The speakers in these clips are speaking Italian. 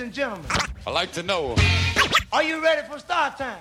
and gentlemen, I'd like to know, are you ready for start time?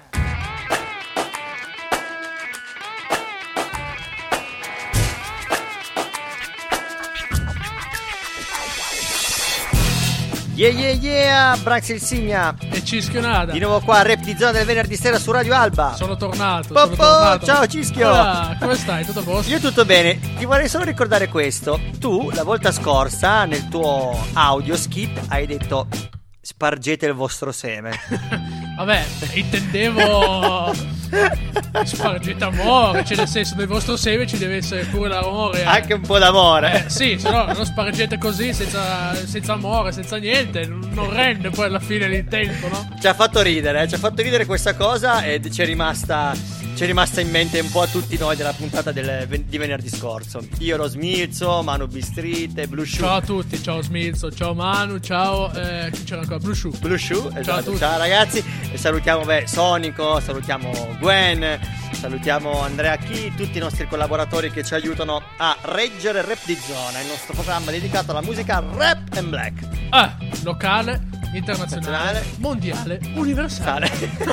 Yeah, Brax il Signa e Cischionada di nuovo qua, Rap di Zona del venerdì sera su Radio Alba. Sono tornato. Ciao Cischio. Hola, come stai? Tutto a posto? Io tutto bene. Ti vorrei solo ricordare questo. Tu la volta scorsa nel tuo audio skit hai detto spargete il vostro seme. Vabbè, intendevo spargete amore, cioè nel senso del vostro seme ci deve essere pure l'amore. Anche un po' d'amore. Sì, se no non spargete così senza amore, senza niente, non rende poi alla fine l'intento, no? Ci ha fatto ridere questa cosa e ci è rimasta in mente un po' a tutti noi della puntata di venerdì scorso. Io ero Smilzo, Manu B-Street, Blue Shoe. Ciao a tutti, ciao Smilzo, ciao Manu, ciao chi c'era ancora? Blue Shoe, esatto, ciao ragazzi. E salutiamo Sonico, salutiamo Gwen, salutiamo Andrea Chi, tutti i nostri collaboratori che ci aiutano a reggere Rap di Zona, il nostro programma dedicato alla musica rap and black. Locale, internazionale, mondiale, universale.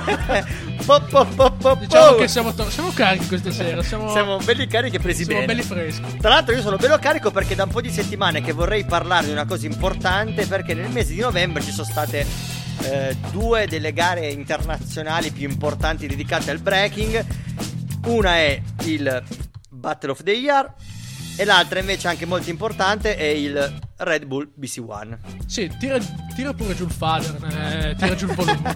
Diciamo che siamo carichi questa sera. Siamo belli carichi e presi bene. Siamo belli freschi. Tra l'altro io sono bello carico perché da un po' di settimane che vorrei parlare di una cosa importante, perché nel mese di novembre ci sono state due delle gare internazionali più importanti dedicate al breaking. Una è il Battle of the Year e l'altra invece anche molto importante è il Red Bull BC One. Sì, tira pure giù il fader, tira giù il volume.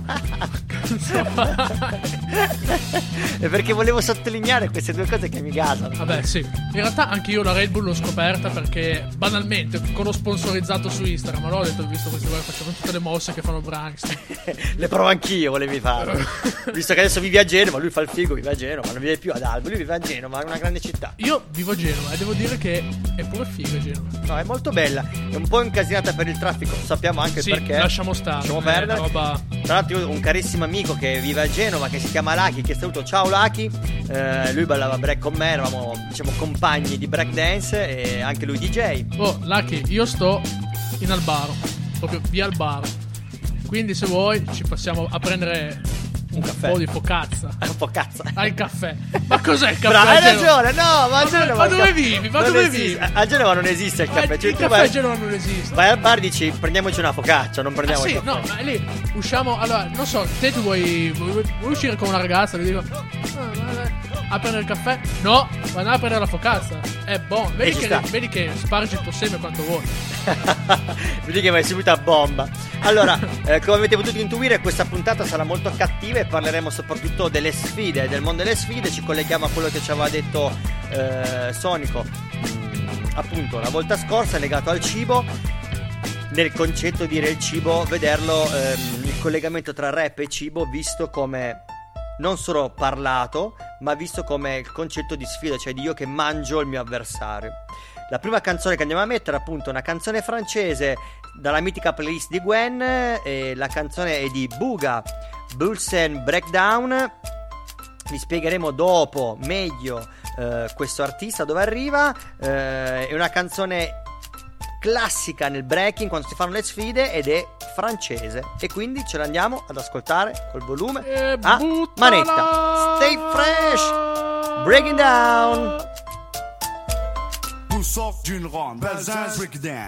E perché volevo sottolineare queste due cose che mi gasano. Vabbè, sì. In realtà anche io la Red Bull l'ho scoperta perché banalmente con lo sponsorizzato su Instagram. Allora ho detto, visto questi qua facevano tutte le mosse che fanno Branks. Le provo anch'io, volevi farlo. Visto che adesso vivi a Genova, lui fa il figo, vive a Genova, non vive più ad Alba, lui vive a Genova, è una grande città. Io vivo a Genova e devo dire che è pure figo Genova. No, è molto bella, è un po' incasinata per il traffico, sappiamo anche sì, perché. Lasciamo perdere. Tra l'altro io ho un carissimo amico che vive a Genova che si chiama Lucky, che saluto. Ciao Lucky. Lui ballava break con me, eravamo compagni di break dance e anche lui DJ. Oh Lucky, io sto in Albaro, proprio via Albaro, quindi se vuoi ci passiamo a prendere un caffè. Po' di focazza. Un po' cazza. Il caffè. Ma cos'è il caffè? Bravo, hai ragione, no, ma a Genova. Ma dove vivi? Ma dove vivi? A Genova non esiste il caffè. Il caffè a Genova non esiste. Vai al bar e dici prendiamoci una focaccia, non prendiamo il caffè. No, ma lì usciamo. Allora, non so, te tu vuoi uscire con una ragazza? Gli dico a prendere il caffè? No, vai a prendere la focaccia. È buono. Vedi che spargi il tuo seme quanto vuoi. Vedi che vai subito a bomba. Allora, come avete potuto intuire, questa puntata sarà molto cattiva e parleremo soprattutto delle sfide, del mondo delle sfide. Ci colleghiamo a quello che ci aveva detto Sonico appunto la volta scorsa, legato al cibo. Nel concetto dire il cibo, vederlo, il collegamento tra rap e cibo visto come non solo parlato, ma visto come il concetto di sfida, cioè di io che mangio il mio avversario. La prima canzone che andiamo a mettere è appunto una canzone francese dalla mitica playlist di Gwen, e la canzone è di Booga, Bulsen Breakdown. Vi spiegheremo dopo meglio questo artista, dove arriva. È una canzone classica nel breaking quando si fanno le sfide ed è francese, e quindi ce l'andiamo ad ascoltare col volume a manetta. Stay fresh, breaking down. Nous sort d'une ronde, Belzins breakdown.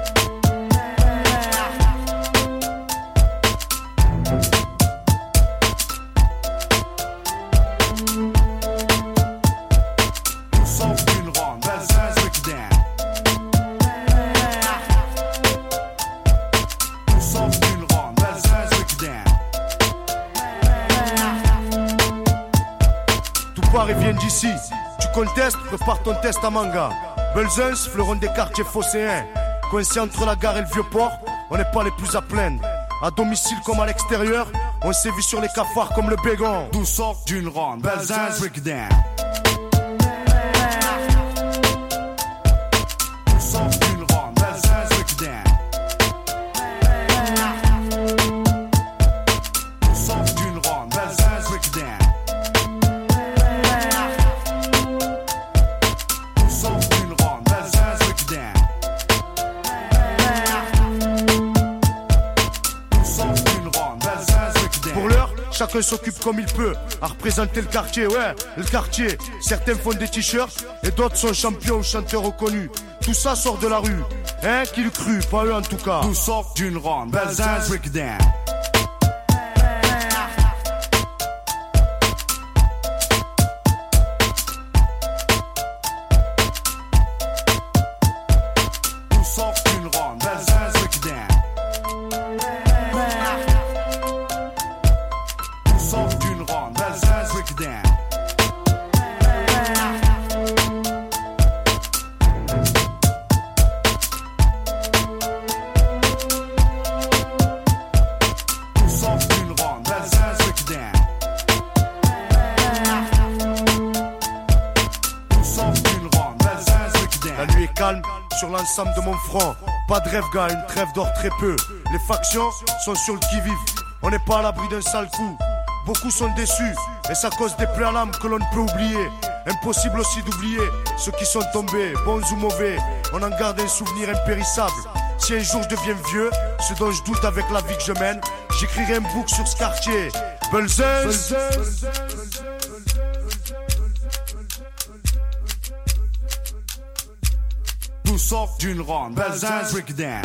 Et viennent d'ici, tu contestes, prépare ton test à manga. Belzins, fleuron des quartiers phocéens. Coincé entre la gare et le vieux port, on n'est pas les plus à plaindre. À domicile comme à l'extérieur, on sévit sur les cafards comme le bégon. D'où sort d'une ronde, Belzins breakdown. chacun s'occupe comme il peut à représenter le quartier, ouais, le quartier. Certains font des t-shirts et d'autres sont champions ou chanteurs reconnus. Tout ça sort de la rue, hein, qui le cru, pas eux en tout cas. Tout sort d'une ronde, Belzins breakdown. Sur l'ensemble de mon front, pas de rêve gars, une trêve d'or très peu. Les factions sont sur le qui-vive, on n'est pas à l'abri d'un sale coup. Beaucoup sont déçus, et ça cause des plaies à l'âme que l'on ne peut oublier. Impossible aussi d'oublier ceux qui sont tombés, bons ou mauvais. On en garde un souvenir impérissable. Si un jour je deviens vieux, ce dont je doute avec la vie que je mène, j'écrirai un book sur ce quartier. Belzins. Tout sort d'une ronde, Belzins breakdown.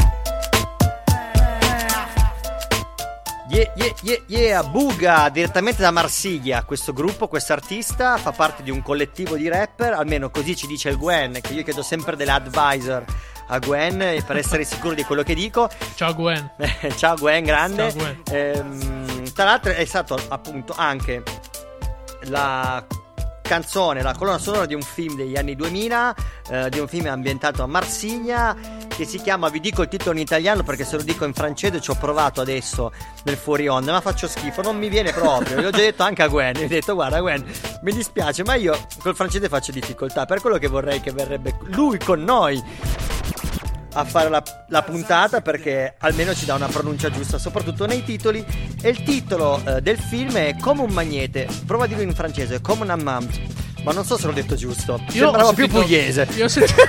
Yeah, Buga, direttamente da Marsiglia. Questo gruppo, questo artista fa parte di un collettivo di rapper, almeno così ci dice il Gwen, che io chiedo sempre dell'advisor a Gwen per essere sicuro di quello che dico. Ciao Gwen. Ciao Gwen, grande. Ciao Gwen. Tra l'altro è stato appunto anche la canzone, la colonna sonora di un film degli anni 2000, di un film ambientato a Marsiglia, che si chiama, vi dico il titolo in italiano perché se lo dico in francese ci ho provato adesso nel fuori onda, ma faccio schifo, non mi viene proprio. L'ho già detto anche a Gwen, gli ho detto guarda Gwen, mi dispiace ma io col francese faccio difficoltà, per quello che vorrei che verrebbe lui con noi a fare la puntata, perché almeno ci dà una pronuncia giusta, soprattutto nei titoli. E il titolo del film è Come un magnete, prova a dirlo in francese, Comme un amant, ma non so se l'ho detto giusto, sembrava più pugliese. Io ho sentito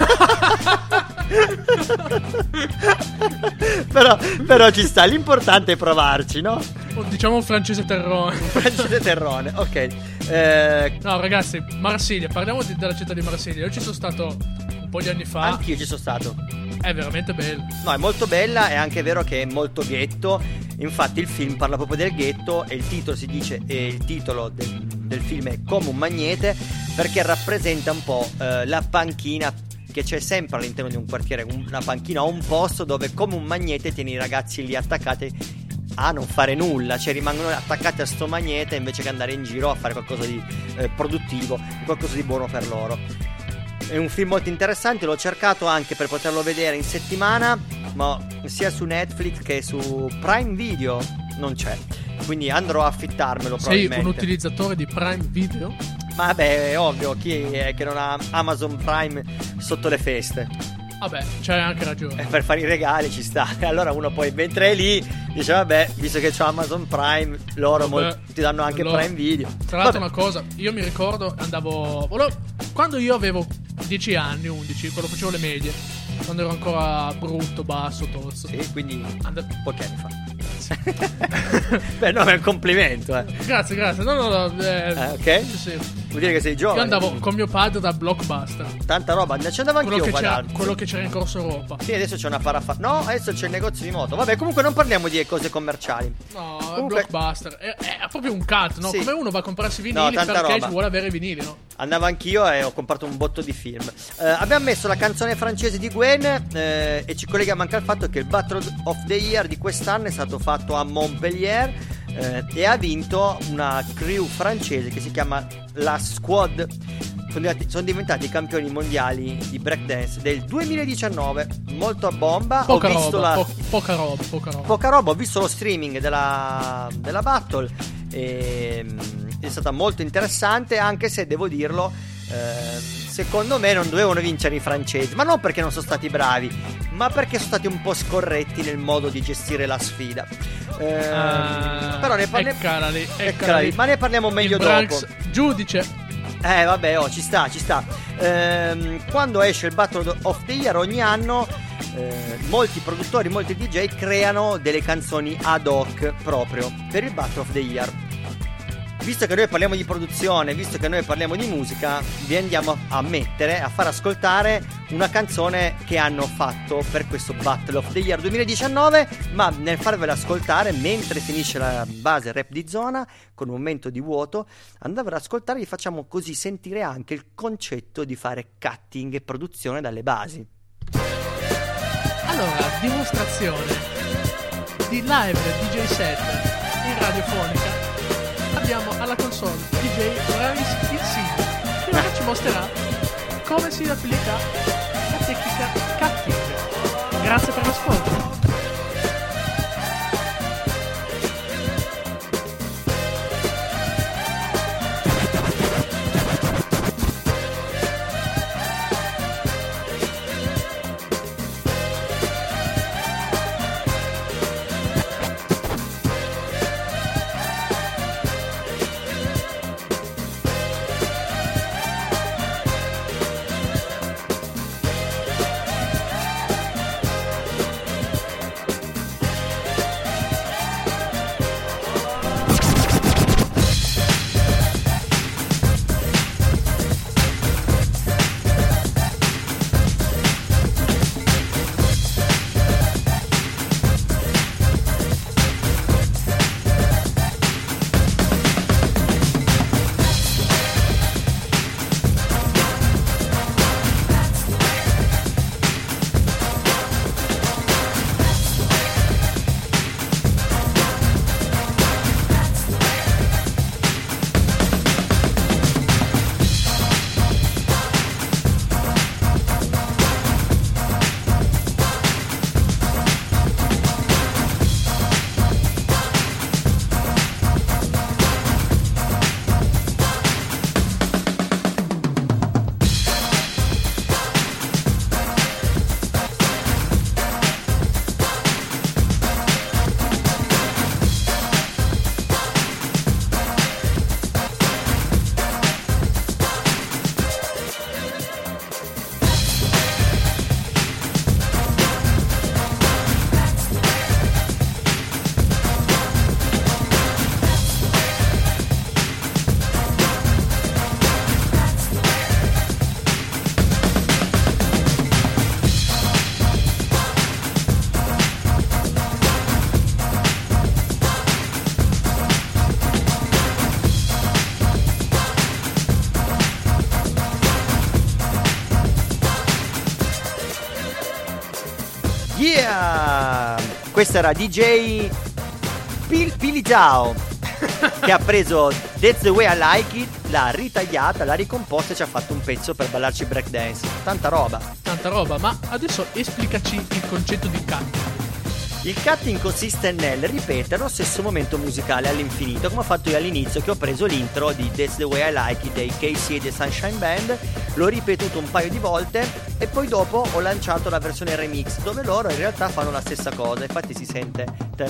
però ci sta, l'importante è provarci, no? Diciamo un francese terrone. Francese terrone, ok. No ragazzi, Marsiglia, parliamo della città di Marsiglia. Io ci sono stato un po' di anni fa. Anch'io ci sono stato. È veramente bella. No, è molto bella, è anche vero che è molto ghetto. Infatti il film parla proprio del ghetto e il titolo si dice, e il titolo del film è Come un magnete, perché rappresenta un po' la panchina che c'è sempre all'interno di un quartiere, una panchina o un posto dove come un magnete tieni i ragazzi lì attaccati a non fare nulla, cioè rimangono attaccati a sto magnete invece che andare in giro a fare qualcosa di produttivo, qualcosa di buono per loro. È un film molto interessante, l'ho cercato anche per poterlo vedere in settimana, ma sia su Netflix che su Prime Video non c'è, quindi andrò a affittarmelo. Sei un utilizzatore di Prime Video? Ma vabbè, è ovvio, chi è che non ha Amazon Prime sotto le feste? Vabbè, c'hai anche ragione. Per fare i regali ci sta. E allora uno poi, mentre è lì, dice vabbè, visto che c'ho Amazon Prime, loro ti danno anche Prime Video. Tra l'altro una cosa, io mi ricordo, quando io avevo 10 anni, 11, quando facevo le medie, quando ero ancora brutto, basso, tozzo. Sì, quindi pochi anni fa. Beh, no, è un complimento, Grazie. No. Ok. Sì. Vuol dire che sei giovane. Io andavo con mio padre da Blockbuster. Tanta roba, ci andavo anch'io quello che c'era in Corso Europa. Sì, adesso c'è una No, adesso c'è il negozio di moto. Vabbè, comunque non parliamo di cose commerciali. No, comunque... Blockbuster è proprio un cult, no? Sì. Come uno va a comprarsi vinili perché roba. ci vuole avere i vinili, no? Andavo anch'io e ho comprato un botto di film. Abbiamo messo la canzone francese di Gwen e ci colleghiamo anche al fatto che il Battle of the Year di quest'anno è stato fatto a Montpellier e ha vinto una crew francese che si chiama La Squad. Sono diventati campioni mondiali di breakdance del 2019, molto a bomba. Poca roba. Ho visto lo streaming della battle e è stata molto interessante, anche se devo dirlo, secondo me non dovevano vincere i francesi, ma non perché non sono stati bravi, ma perché sono stati un po' scorretti nel modo di gestire la sfida. Però ne parliamo, ma ne parliamo meglio dopo. Giudice. Vabbè, ci sta. Quando esce il Battle of the Year ogni anno, molti produttori, molti DJ creano delle canzoni ad hoc proprio per il Battle of the Year. visto che noi parliamo di produzione, visto che noi parliamo di musica, vi andiamo a far ascoltare una canzone che hanno fatto per questo Battle of the Year 2019, ma nel farvela ascoltare, mentre finisce la base rap di zona, con un momento di vuoto, andavano ad ascoltare, vi facciamo così sentire anche il concetto di fare cutting e produzione dalle basi. Allora, dimostrazione di live DJ set in radiofonica. Abbiamo alla console DJ Ravis il Sigo, che ora ci mostrerà come si applica la tecnica cutting. Grazie per l'ascolto. Yeah! Questo era DJ Pili Zhao che ha preso That's the Way I Like It, l'ha ritagliata, l'ha ricomposta e ci ha fatto un pezzo per ballarci breakdance. Tanta roba. Tanta roba, ma adesso esplicaci il concetto di cutting. Il cutting consiste nel ripetere lo stesso momento musicale all'infinito, come ho fatto io all'inizio, che ho preso l'intro di That's the Way I Like It dei KC e The Sunshine Band, l'ho ripetuto un paio di volte e poi dopo ho lanciato la versione remix, dove loro in realtà fanno la stessa cosa, infatti si sente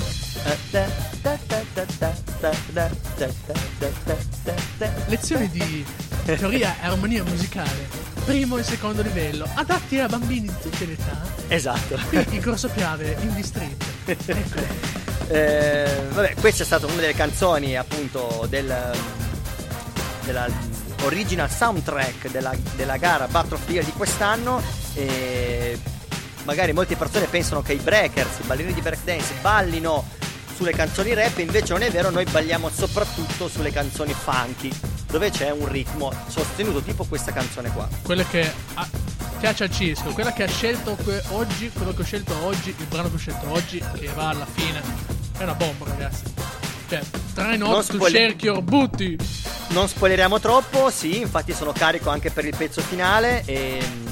lezioni di teoria e armonia musicale, primo e secondo livello, adatti a bambini di tutte le età. Esatto. Qui in Corso Piave, in Distretto. Ecco. Vabbè, questa è stata una delle canzoni appunto della original soundtrack della gara Battle of the Year di quest'anno. E magari molte persone pensano che i breakers, i ballerini di breakdance ballino sulle canzoni rap, invece non è vero, noi balliamo soprattutto sulle canzoni funky, dove c'è un ritmo sostenuto, tipo questa canzone qua. Quella che piace al Cisco, quella che ha scelto oggi, quello che ho scelto oggi, il brano che ho scelto oggi, che va alla fine. È una bomba, ragazzi. Cioè, try not to shake your booty. Non spoileriamo troppo, sì, infatti sono carico anche per il pezzo finale e...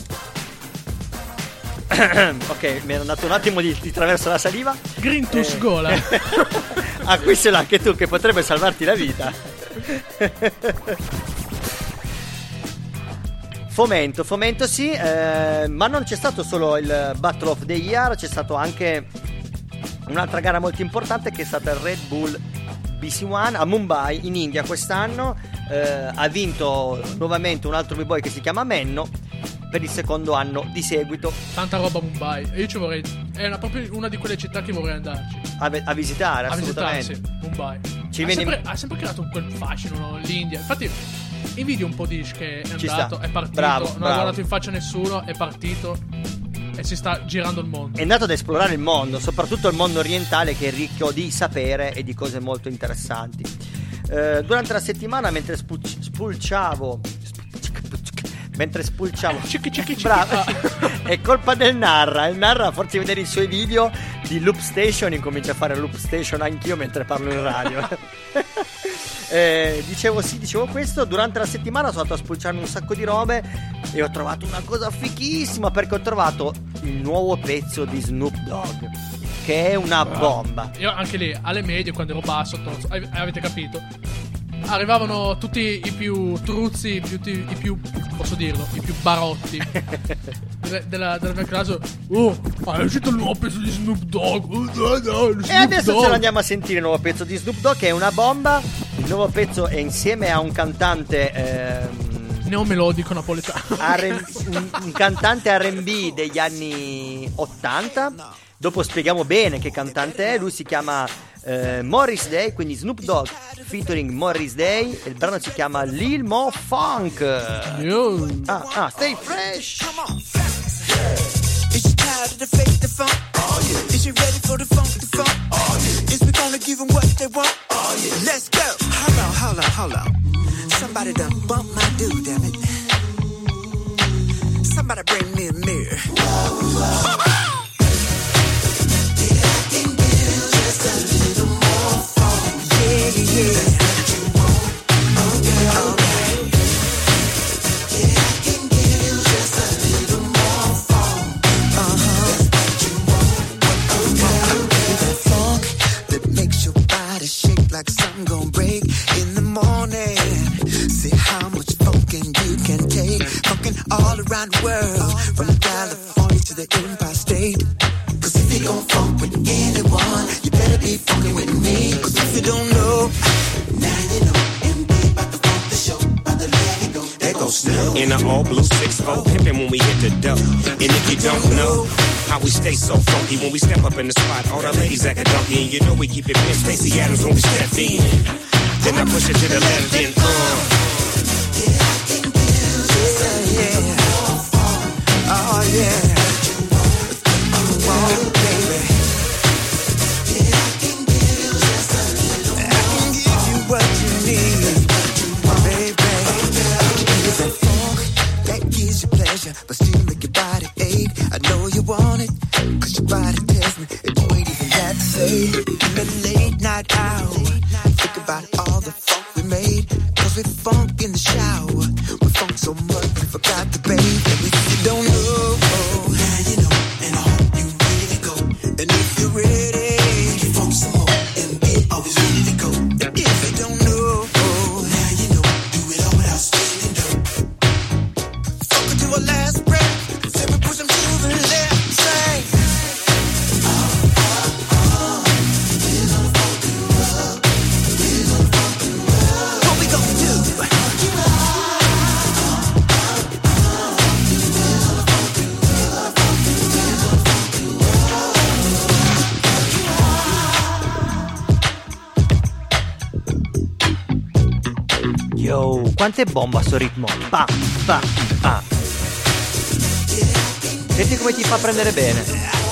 ok, mi è andato un attimo di traverso la saliva. Grintus gola. Acquistala anche tu, che potrebbe salvarti la vita. Fomento sì, ma non c'è stato solo il Battle of the Year, c'è stato anche un'altra gara molto importante che è stata il Red Bull BC1 a Mumbai in India quest'anno. Ha vinto nuovamente un altro b-boy che si chiama Menno per il secondo anno di seguito. Tanta roba a Mumbai, e io ci vorrei, è proprio una di quelle città che vorrei andarci a visitare, a assolutamente. Mumbai. Ha sempre creato quel fascino, no? L'India. Infatti invidio un po' Dish che è Ci andato, sta. è partito, Bravo, non bravo. ha guardato in faccia a nessuno, è partito e si sta girando il mondo. È andato ad esplorare il mondo, soprattutto il mondo orientale, che è ricco di sapere e di cose molto interessanti. Durante la settimana, mentre spulciavo, bravo, è colpa del Narra. Il Narra, forse vedere i suoi video di Loop Station, incomincia a fare Loop Station anch'io mentre parlo in radio. Dicevo questo. Durante la settimana sono andato a spulciarmi un sacco di robe e ho trovato una cosa fichissima, perché ho trovato il nuovo pezzo di Snoop Dogg, che è una bomba. Io anche lì alle medie, quando ero basso, avete capito, arrivavano tutti i più truzzi, i più posso dirlo, i più barotti della mia classe. È uscito il nuovo pezzo di Snoop Dogg. E adesso ce lo andiamo a sentire, il nuovo pezzo di Snoop Dogg, che è una bomba. Il nuovo pezzo è insieme a un cantante neomelodico napoletano, un cantante R&B degli anni 80. Dopo spieghiamo bene che cantante è. Lui si chiama Morris Day, quindi Snoop Dogg featuring Morris Day, e il brano si chiama Lil Mo Funk. Stay fresh. Is you tired of the fake, the funk? Oh, yeah. Is you ready for the funk, the funk? Oh, yeah. Is we gonna give them what they want? Oh, yeah. Let's go. Hold on. Somebody done bumped my dude, damn it. Somebody bring me a mirror. Yeah. Like something gon' break in the morning. See how much funkin' you can take. Funkin' all around the world, from California to the Empire State. Cause if you gon' funk with anyone, you better be funkin' with me. Cause if you don't know, now you know. MD about to funk the show, about to let it go. There goes Snow. In an all blue 6-4, pimpin' when we hit the dough. And if you don't know how we stay so funky when we step up in the spot, all the ladies act a donkey, and you know we keep it in Stacey Adams when we step in. Then I push it to the left, then Yeah. Oh yeah. Oh baby. I can give you what you need, baby. It's that funk that gives you pleasure, but still make your body ache. I know you want it, cause your body tells me it ain't even that to say. In the late night hour, think about all the funk we made. Cause we funk in the shower, we funk so much we forgot to bathe. And if you don't know, now you know, and I hope you ready to go. And if you're ready, you funk some more, and be always ready to go. If you don't know, now you know, do it all without spinning dough. Funk until our last breath, then we push them to the left side. What we gonna do? Yo, quanto è bomba sto ritmo. Pa, pa, pa. Senti come ti fa prendere bene.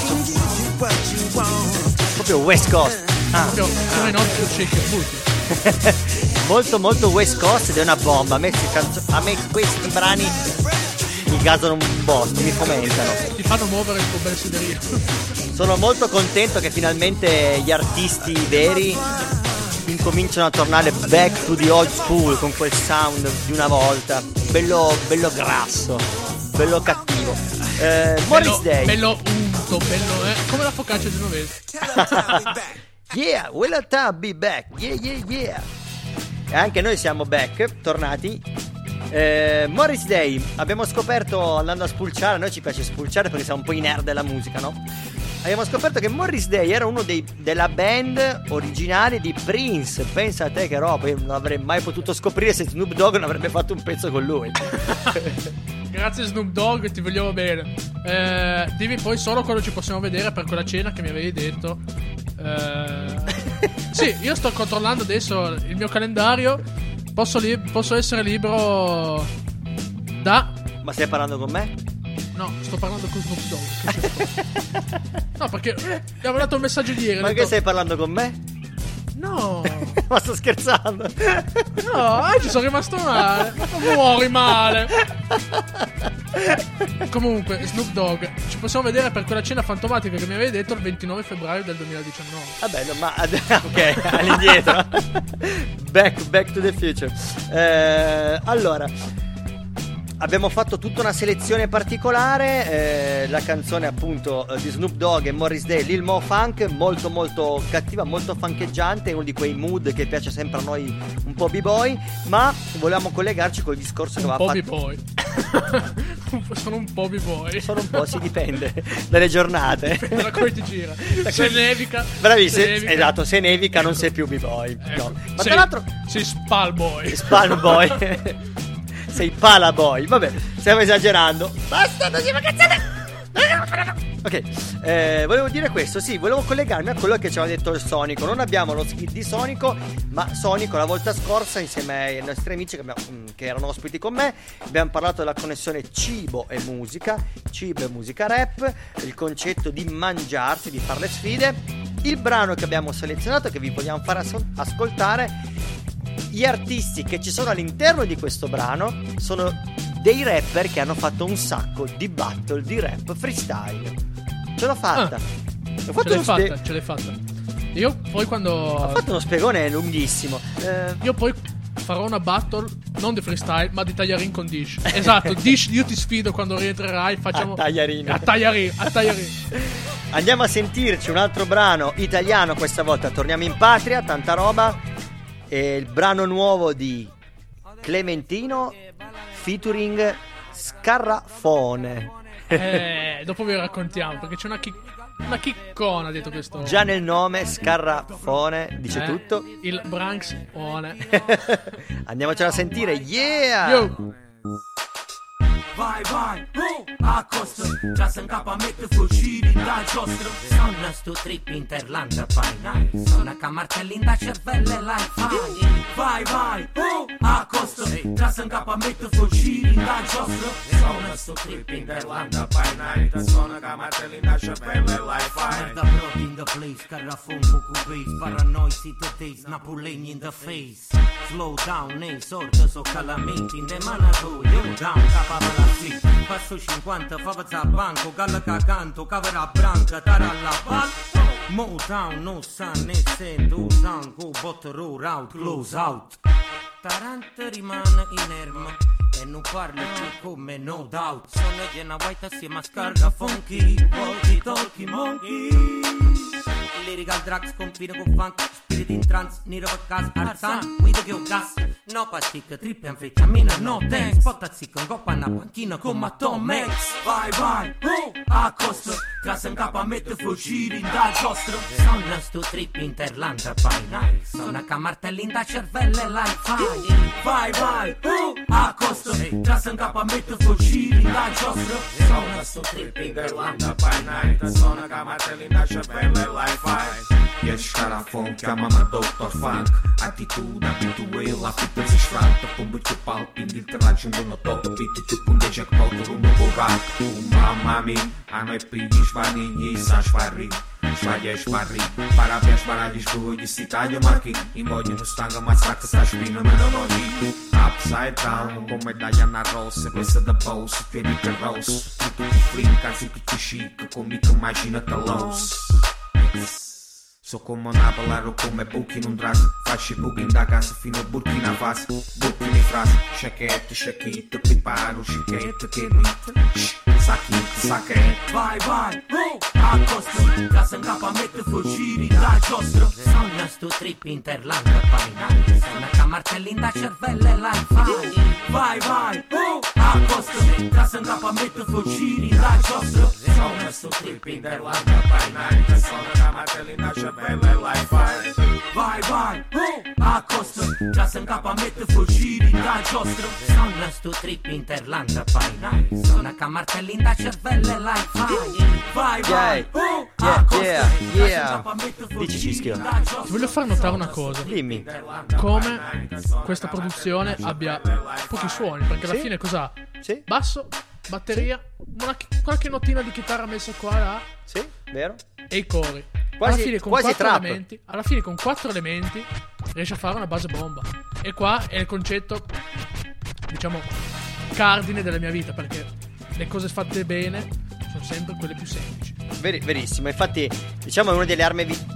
Proprio West Coast. Sono i nostri shake e butti. Molto molto West Coast, ed è una bomba. A me questi brani mi gasano un botto, mi fomentano. Ti fanno muovere il tuo bel siderio. Sono molto contento che finalmente gli artisti veri incominciano a tornare back to the old school, con quel sound di una volta. Bello grasso, bello cattivo. Morris Day. Bello unto, bello, come la focaccia genovese. Yeah, will I be back? Yeah. E anche noi siamo back, tornati. Morris Day, abbiamo scoperto andando a spulciare, a noi ci piace spulciare perché siamo un po' i nerd della musica, no? Abbiamo scoperto che Morris Day era uno della band originale di Prince. Pensa a te che roba, io non avrei mai potuto scoprire se Snoop Dogg non avrebbe fatto un pezzo con lui. Grazie Snoop Dogg, ti vogliamo bene. Dimmi poi solo quando ci possiamo vedere per quella cena che mi avevi detto. Sì, io sto controllando adesso il mio calendario. Posso essere libero da... Ma stai parlando con me? No, sto parlando con Snoop Dogg. No, perché gli avevo dato un messaggio ieri. Ma che stai parlando con me? No. Ma sto scherzando. No, ci sono rimasto male. Non muori male. Comunque, Snoop Dogg, ci possiamo vedere per quella cena fantomatica che mi avevi detto il 29 febbraio del 2019. Vabbè, no, ma ok, all'indietro. Back to the future. Allora, abbiamo fatto tutta una selezione particolare, la canzone appunto di Snoop Dogg e Morris Day, Lil Mo Funk, molto molto cattiva, molto funcheggiante, uno di quei mood che piace sempre a noi, un po' b-boy, ma volevamo collegarci col discorso che aveva fatto. Un po' b-boy. Sono un po' b-boy. Sono un po', si dipende dalle giornate. Dipende da come ti gira. Se nevica. Bravissimo, esatto, se nevica non sei più b-boy. Ecco. No. Ma tra l'altro sei spalboy. Spalboy. Sei palaboy. Vabbè, stiamo esagerando. Basta, non si fa cazzate. Ok, volevo dire questo, sì, volevo collegarmi a quello che ci aveva detto il Sonico. Non abbiamo lo skit di Sonico, ma Sonico la volta scorsa insieme ai nostri amici che erano ospiti con me abbiamo parlato della connessione cibo e musica rap, il concetto di mangiarsi, di fare le sfide. Il brano che abbiamo selezionato, che vi vogliamo fare ascoltare, gli artisti che ci sono all'interno di questo brano sono dei rapper che hanno fatto un sacco di battle di rap freestyle. Ce l'ho fatta. Ce l'hai fatta. Io poi quando ho fatto uno spiegone lunghissimo. Io poi farò una battle non di freestyle ma di tagliarin con Dish. Esatto, Dish, io ti sfido quando rientrerai, facciamo a tagliarin. Andiamo a sentirci un altro brano italiano questa volta. Torniamo in patria, tanta roba. E il brano nuovo di Clementino featuring Scarrafone. Dopo vi raccontiamo, perché c'è una chiccona dietro questo. Già nel nome Scarrafone dice tutto. Il Branx one. Andiamocela a sentire. Yeah! Yo! Vai, accosto, già se incapa a mettere fucili da giostro. Sono sto trip interlanda, fai sono a martelli da cervello e vai, accosto, già se incapa a mettere fucili da giostro. Sono sto trip interlanda, fai sono a martelli da cervello e fai. Merda brot in the place, carrafon, cucu base, paranoid, city days, napolegni in the face. Slow down, sorda, so calamenti, in the manago, yo down, capava la passo 50, fava banco, galla cacanto, cavera branca, tara alla pal. Motown, no sun, ne sento, sanco, botto, out, close out. Tarante rimane inerme e non parla più come no doubt. Sono Jenna White assieme a Scarga Funky, walkie talkie monkey. Lyrical drugs confine con funk, spirit in trance, nero per casa, arzan, guida che ho gas. No pasticca, trip e anfettamina, no thanks. Spotta zicca, un coppa una panchina con Tom Max. Vai, accosto, casa in capo a mettere fucili da giostro. Sono sto trip interlanda, fai sono a martelli da cervello e vai, accosto, casa in capo a mettere fucili da giostro. Sono sto trip interlanda, fai sono a martelli da cervello e vai. E Scarafone chiamami Dr. Funk. Atitudine, abitue, la fită si sfrată. Pâmbă ce palpi, il tragi în bună tocă. Pite ce pânde ce căută rumă bogat. Mami, a noi pigi șvani, ei sa șvari. Șvaie șvari, parabia șvaragi șvui, si taglio marchi. I mogli nu stanga mai saccă sta șpină mână nogi. Upside down, come Diana Ross. Questa da boss, piedi per ross. Tutto ti frinca, zic tu chic, comică imagina-te los. So come una palaro come buchi in un drag. Facci buchi da casa fino a Burkina Faso. Buchi in frase, shake preparo, shake che rit. Sacchi, vai, accosto, casa in capo a mettere fucili da giostro. Sono sto trip interlanda, fai sono a martelli da cervello e vai, accosto, casa in capo a mettere fucili da giostro. Sono sto trip interlanda, fai sono a martelli da cervello e vai, accosto, casa in capo a mettere fucili da giostro. Sono sto trip interlanda, fai sono a martelli da cervello e Vai, Yeah. vai, Yeah. Dici Cischio. Ti voglio far notare una cosa. Dimmi. Come questa produzione abbia pochi suoni, perché alla Sì. fine cos'ha? Sì? Basso, batteria, qualche notina di chitarra messa qua e là Sì, vero? e i cori. Quasi- alla fine con quasi quattro trap. elementi, alla fine con 4 elementi riesce a fare una base bomba. E qua è il concetto, diciamo, cardine della mia vita, perché le cose fatte bene sono sempre quelle più semplici. Verissimo, infatti diciamo una delle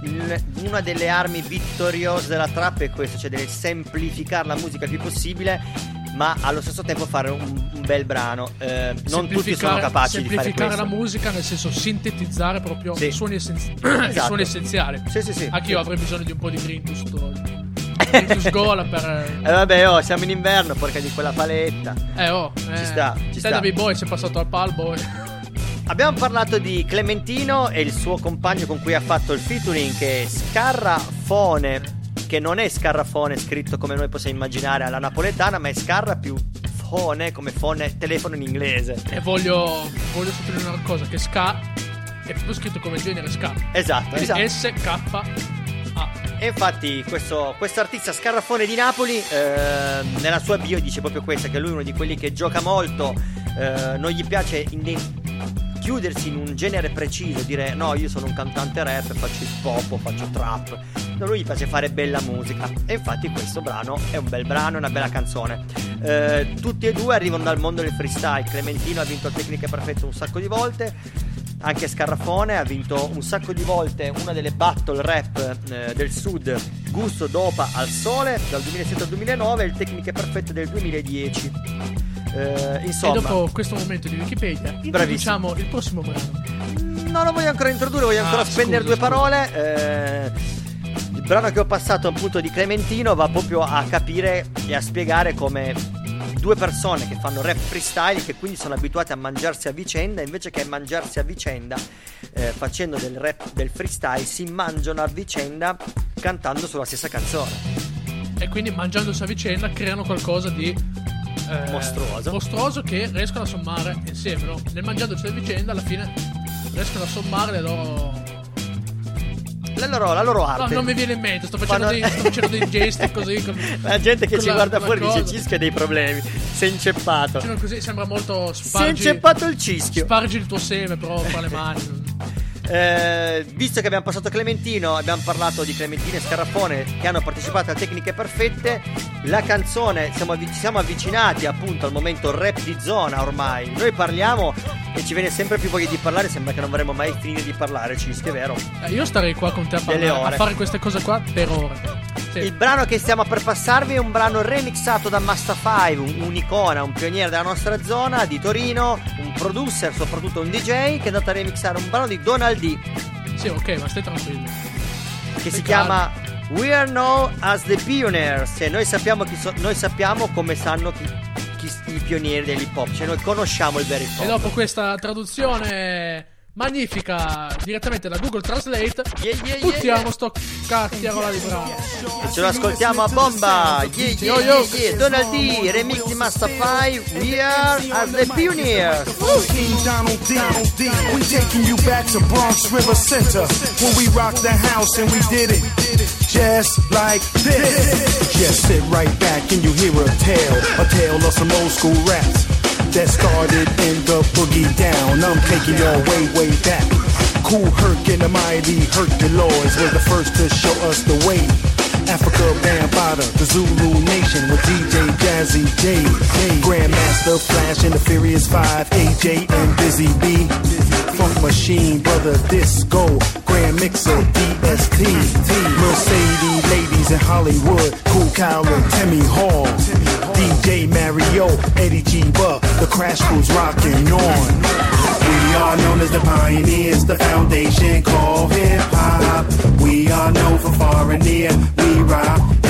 armi vittoriose della trap è questo, cioè deve semplificare la musica il più possibile, ma allo stesso tempo fare un bel brano. Non tutti sono capaci di fare semplificare questo. la musica, nel senso sintetizzare proprio Sì. i suoni Esatto. suoni essenziali. Sì. Anch'io avrei bisogno di un po' di Grintus Gola per Vabbè, siamo in inverno, porca di quella paletta. ci sta. Te da B-boy sei passato al palboy. Abbiamo parlato di Clementino e il suo compagno con cui ha fatto il featuring, che è Scarrafone, che non è Scarrafone scritto come noi possiamo immaginare alla napoletana, ma è Scarra più fone, come fone telefono in inglese. E voglio sottolineare una cosa, che ska è proprio scritto come genere ska. Esatto. SKA. E infatti questo artista Scarrafone di Napoli nella sua bio dice proprio questa, che lui è uno di quelli che gioca molto, non gli piace chiudersi in un genere preciso, dire no, io sono un cantante rap, faccio hip hop o faccio trap. No, lui gli piace fare bella musica, e infatti questo brano è un bel brano, è una bella canzone. Tutti e due arrivano dal mondo del freestyle. Clementino ha vinto il Tecniche Perfette un sacco di volte, anche Scarrafone ha vinto un sacco di volte una delle battle rap del sud, Gusto Dopa al Sole, dal 2007 al 2009, e il Tecniche Perfette del 2010. Insomma, E dopo questo momento di Wikipedia introduciamo il prossimo brano. non lo voglio ancora introdurre, voglio ancora spendere due parole. Il brano che ho passato appunto di Clementino va proprio a capire e a spiegare come due persone che fanno rap freestyle, che quindi sono abituate a mangiarsi a vicenda, invece che mangiarsi a vicenda facendo del rap, del freestyle, si mangiano a vicenda cantando sulla stessa canzone. E quindi mangiandosi a vicenda creano qualcosa di mostruoso che riescono a sommare insieme, no? Nel mangiandosi a vicenda alla fine riescono a sommare la loro arte. No, non mi viene in mente, sto facendo dei gesti così la gente che ci guarda fuori cosa. dice Cischio ha dei problemi, sei inceppato. Cioè, così sembra molto si è inceppato il Cischio. Spargi il tuo seme però fra le mani. Visto che abbiamo passato Clementino, abbiamo parlato di Clementino e Scarrafone che hanno partecipato a Tecniche Perfette. La canzone, ci siamo avvicinati appunto al momento rap di zona ormai. Noi parliamo e ci viene sempre più voglia di parlare, sembra che non vorremmo mai finire di parlare, Cischio, è vero? Io starei qua con te a fare queste cose qua per ore. Sì. Il brano che stiamo per passarvi è un brano remixato da Masta5, un'icona, un pioniere della nostra zona di Torino, un producer, soprattutto un DJ, che è andato a remixare un brano di Donald D. Sì, ok, ma stai tranquillo. Che si chiama We Are Known as the Pioneers. E noi sappiamo come sanno i pionieri dell'hip hop, cioè noi conosciamo il vero hip hop. E dopo questa traduzione magnifica direttamente da Google Translate, buttiamo sto cacchiarola di brano e ce lo ascoltiamo a bomba. Donald D, remix di Masta5, We Are as the Pioneers. King Donald D, we taking you back to Bronx River Center when we rocked the house and we did it just like this. Just sit right back and you hear a tale of some old school raps that started in the boogie down. I'm taking y'all way back. Cool Herc and the mighty Herculoids were the first to show us the way. Africa Bambaataa, the Zulu Nation with DJ Jazzy J, Grandmaster Flash and the Furious Five, AJ and Busy B, Funk Machine, Brother Disco, Grand Mixer, DST, Mercedes ladies in Hollywood, Cool Kyle and Timmy Hall, DJ Mario, Eddie G Buck, the Crash Crew's rocking on. We are known as the pioneers, the foundation called hip hop. We are known for far and near. We rock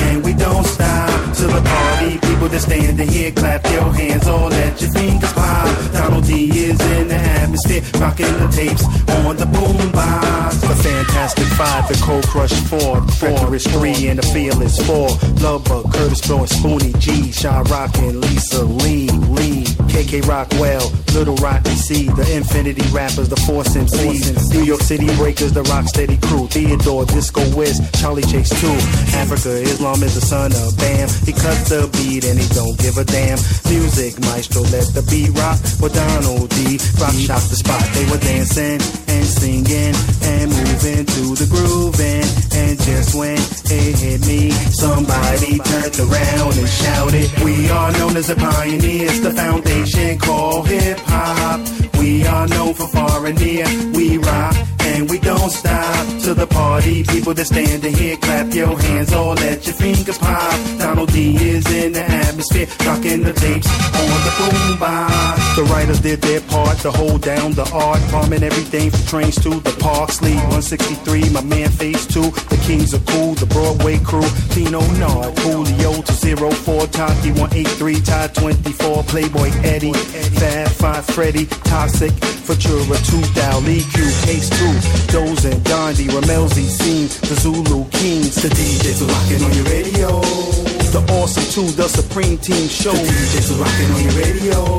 and we don't stop to the party. People that standing here, clap your hands or let your fingers pop. Donald D is in the atmosphere, rocking the tapes on the boombox. The Fantastic Five, the Cold Crush 4, the Treacherous 3, and the Fearless 4. Lovebug, Curtis Blow, and Spoonie G, Sean Rock and Lisa Lee, KK Rockwell, Little Rocky C, the Infinity Rappers, the Force MCs, New York City Breakers, the Rocksteady Crew, Theodore, Disco Wiz, Charlie Chase 2, Africa, Islam is the son of Bam. He cuts the beat and he don't give a damn. Music maestro, let the beat rock. With Donald D, rock shot the spot. They were dancing and singing and moving to the grooving. And just when it hit me, somebody turned around and shouted, we are known as the pioneers, the foundation called hip hop. We are known for far and near. We rock and we don't stop to the party. People that standing here, clap your hands or let your fingers pop. Donald D is in the atmosphere, rocking the tapes on the boombox. The writers did their part to hold down the art, bombing everything from trains to the parks. Lee 163, my man Phase 2. The Kings are cool, the Broadway crew. Pino Nard, Julio to 04, Taki 183, Ty 24, Playboy Eddie, Fab 5 Freddy, Toxic, Futura 2, Dow, Lee Q, Case 2, Dozen, Gandhi, Ramelzi, Scene, the Zulu Kings, the DJs are rocking on your radio. The Awesome 2, the Supreme Team Show. The DJs are rocking on your radio.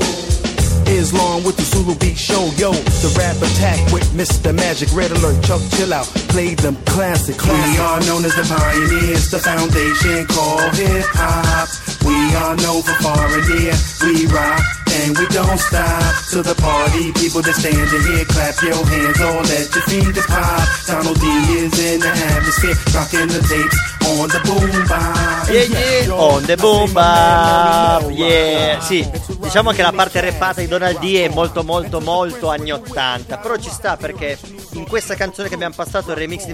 Islam with the Zulu Beat Show, yo. The Rap Attack with Mr. Magic, Red Alert, Chuck Chill Out, played them classic. We are known as the pioneers, the foundation called hip hop. We are known for far and near. We rock and we don't stop to the party. People that standing here, clap your hands or let your fingers pop. Donald D is in the atmosphere, rocking the tapes on the boombox. Yeah, on the boombox. Yeah, sì, diciamo che la parte rappata di Donald D è molto molto molto anni 80, però ci sta perché in questa canzone che abbiamo passato, il remix di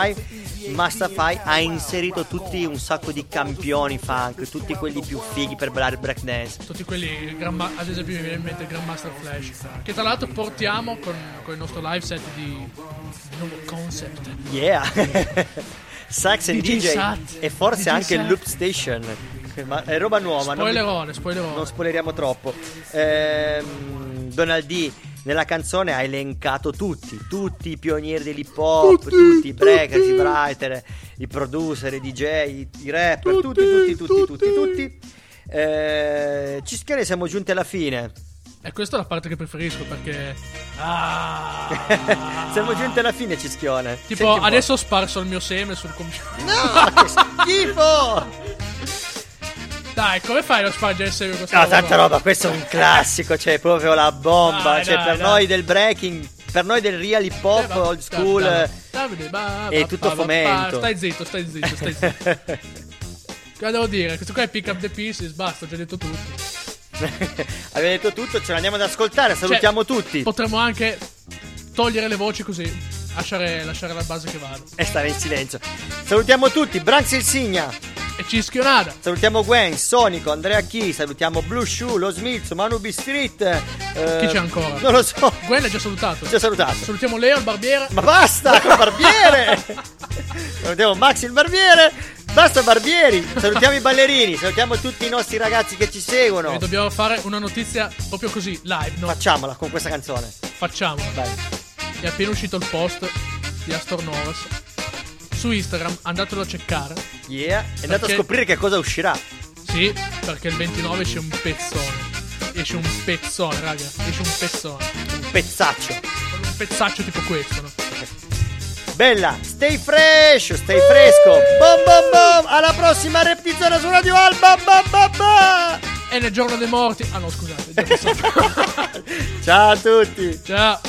Mustafy ha inserito tutti un sacco di campioni funk, tutti quelli più fighi per ballare break dance. Tutti quelli, ad esempio mi viene in mente il Grandmaster Flash, che tra l'altro portiamo con il nostro live set di nuovo concept. Yeah. Sax and DJ Sat, e forse DJ anche Sat. il Loop Station. Ma è roba nuova. Spoilerone. Non spoileriamo troppo. Donald D nella canzone ha elencato tutti i pionieri dell'hip hop, tutti i breakers, i writer, i producer, i DJ, i rapper, tutti. Cischione, siamo giunti alla fine. E questa è la parte che preferisco perché siamo giunti alla fine, Cischione. tipo adesso ho sparso il mio seme sul computer. No, che schifo! Dai, come fai a spargere il seme questa No, roba? tanta roba, questo è un classico, cioè proprio la bomba. Dai, cioè dai, per dai. noi del breaking, per noi del real hip hop, old school, è tutto fomento. Stai zitto. Cosa devo dire? Questo qua è Pick Up The Pieces, basta, ho già detto tutto. Avete detto tutto, ce l'andiamo ad ascoltare, salutiamo tutti. Potremmo anche togliere le voci così, lasciare la base che vada. E stare in silenzio. Salutiamo tutti, Branx il Signa. E Cischionada. Salutiamo Gwen, Sonico, Andrea Chi, salutiamo Blue Shoe, Lo Smith, Manu B Street. Chi c'è ancora? Non lo so. Gwen è già salutato. Salutiamo Leo, il barbiere. Ma basta, il barbiere. Salutiamo Max il barbiere. Basta barbieri. Salutiamo i ballerini. Salutiamo tutti i nostri ragazzi che ci seguono. E dobbiamo fare una notizia proprio così, live, no? Facciamola con questa canzone. Facciamola. Vai. È appena uscito il post di Astor Novas su Instagram, andatelo a checkare. Yeah, è andato a scoprire che cosa uscirà. Sì, perché il 29 esce un pezzone, raga. Esce un pezzone. Un pezzaccio. Un pezzaccio tipo questo, no? Bella, stay fresh, stai fresco. Bom bom bom. Alla prossima Rap di Zona su Radio Alba. E nel giorno dei morti. Ah no, scusate. Ciao a tutti. Ciao.